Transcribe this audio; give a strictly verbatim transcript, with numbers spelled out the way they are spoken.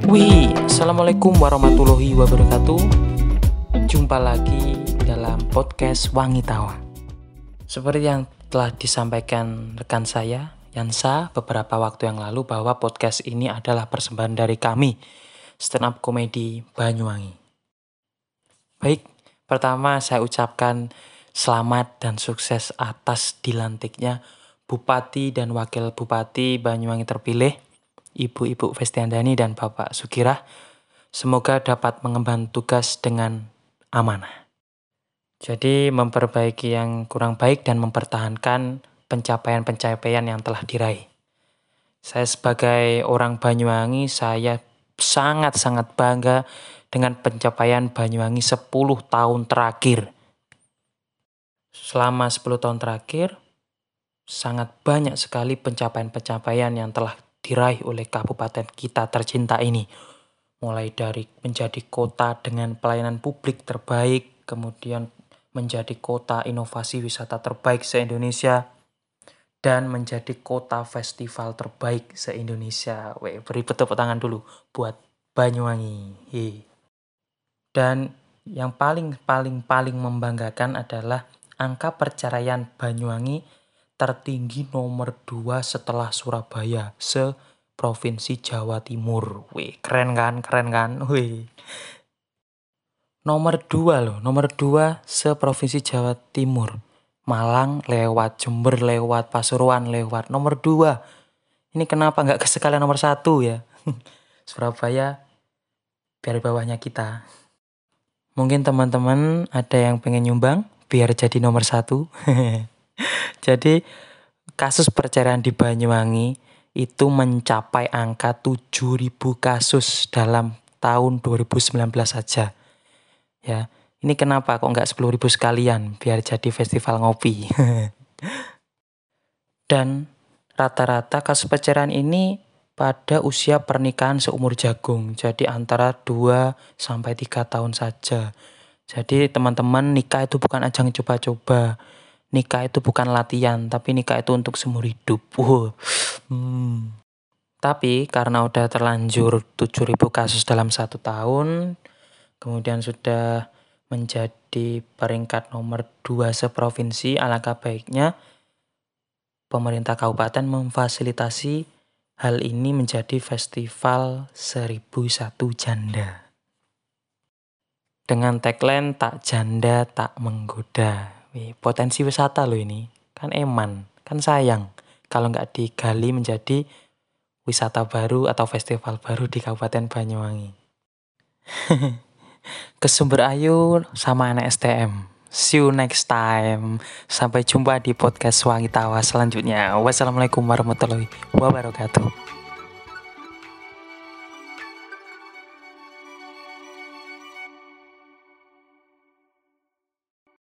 Wih, Assalamualaikum warahmatullahi wabarakatuh. Jumpa lagi dalam podcast Wangi Tawa. Seperti yang telah disampaikan rekan saya, Yansa, beberapa waktu yang lalu bahwa podcast ini adalah persembahan dari kami, stand up comedy Banyuwangi. Baik, pertama saya ucapkan selamat dan sukses atas dilantiknya Bupati dan Wakil Bupati Banyuwangi terpilih, Ibu-Ibu Festiandani dan Bapak Sugirah. Semoga dapat mengemban tugas dengan amanah. Jadi memperbaiki yang kurang baik dan mempertahankan pencapaian-pencapaian yang telah diraih. Saya sebagai orang Banyuwangi, saya sangat-sangat bangga dengan pencapaian Banyuwangi sepuluh tahun terakhir. Selama sepuluh tahun terakhir, sangat banyak sekali pencapaian-pencapaian yang telah diraih oleh kabupaten kita tercinta ini. Mulai dari menjadi kota dengan pelayanan publik terbaik, kemudian menjadi kota inovasi wisata terbaik se-Indonesia, dan menjadi kota festival terbaik se-Indonesia. Weh, beri tepuk tangan dulu buat Banyuwangi. Hei. Dan yang paling-paling-paling membanggakan adalah angka perceraian Banyuwangi tertinggi nomor dua setelah Surabaya se-Provinsi Jawa Timur. Wih, keren kan? Keren kan? Wih. Nomor dua loh, nomor dua se-Provinsi Jawa Timur. Malang lewat, Jember lewat, Pasuruan lewat. Nomor dua. Ini kenapa nggak kesekalian nomor satu ya? Surabaya biar bawahnya kita. Mungkin teman-teman ada yang pengen nyumbang biar jadi nomor satu. Jadi kasus perceraian di Banyuwangi itu mencapai angka tujuh ribu kasus dalam tahun dua ribu sembilan belas saja. Ya, ini kenapa kok nggak sepuluh ribu sekalian biar jadi festival ngopi. Dan rata-rata kasus perceraian ini pada usia pernikahan seumur jagung. Jadi antara dua sampai tiga tahun saja. Jadi teman-teman, nikah itu bukan ajang coba-coba. Nikah itu bukan latihan, tapi nikah itu untuk seumur hidup. Wow. Hmm. Tapi karena udah terlanjur tujuh ribu kasus dalam satu tahun, kemudian sudah menjadi peringkat nomor dua seprovinsi, alangkah baiknya pemerintah kabupaten memfasilitasi hal ini menjadi festival seribu satu janda. Dengan tagline tak janda tak menggoda. Wih, potensi wisata loh ini. Kan eman, kan sayang kalau nggak digali menjadi wisata baru atau festival baru di Kabupaten Banyuwangi. Ke Sumber Ayu sama anak S T M. See you next time. Sampai jumpa di podcast Wangi Tawa selanjutnya. Wassalamualaikum warahmatullahi wabarakatuh.